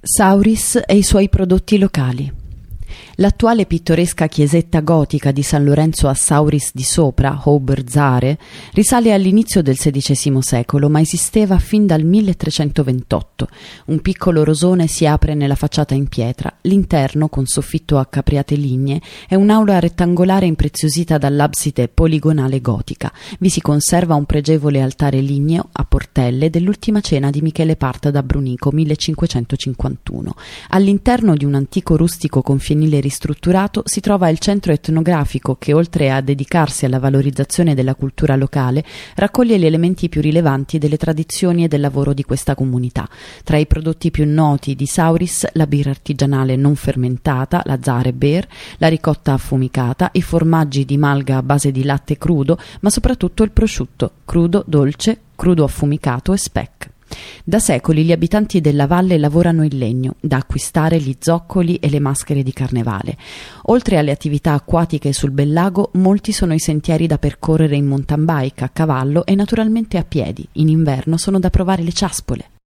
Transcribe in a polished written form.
Sauris e i suoi prodotti locali. L'attuale pittoresca chiesetta gotica di San Lorenzo a Sauris di Sopra, Oberzare, risale all'inizio del XVI secolo, ma esisteva fin dal 1328. Un piccolo rosone si apre nella facciata in pietra. L'interno, con soffitto a capriate lignee, è un'aula rettangolare impreziosita dall'abside poligonale gotica. Vi si conserva un pregevole altare ligneo a portelle dell'Ultima Cena di Michele Parta da Brunico, 1551. All'interno di un antico rustico confienile ristrutturato si trova il centro etnografico che, oltre a dedicarsi alla valorizzazione della cultura locale, raccoglie gli elementi più rilevanti delle tradizioni e del lavoro di questa comunità. Tra i prodotti più noti di Sauris, la birra artigianale non fermentata, la Zare Beer, la ricotta affumicata, i formaggi di malga a base di latte crudo, ma soprattutto il prosciutto, crudo, dolce, crudo affumicato e speck. Da secoli gli abitanti della valle lavorano il legno, da acquistare gli zoccoli e le maschere di carnevale. Oltre alle attività acquatiche sul bel lago, molti sono i sentieri da percorrere in mountain bike, a cavallo e naturalmente a piedi. In inverno sono da provare le ciaspole.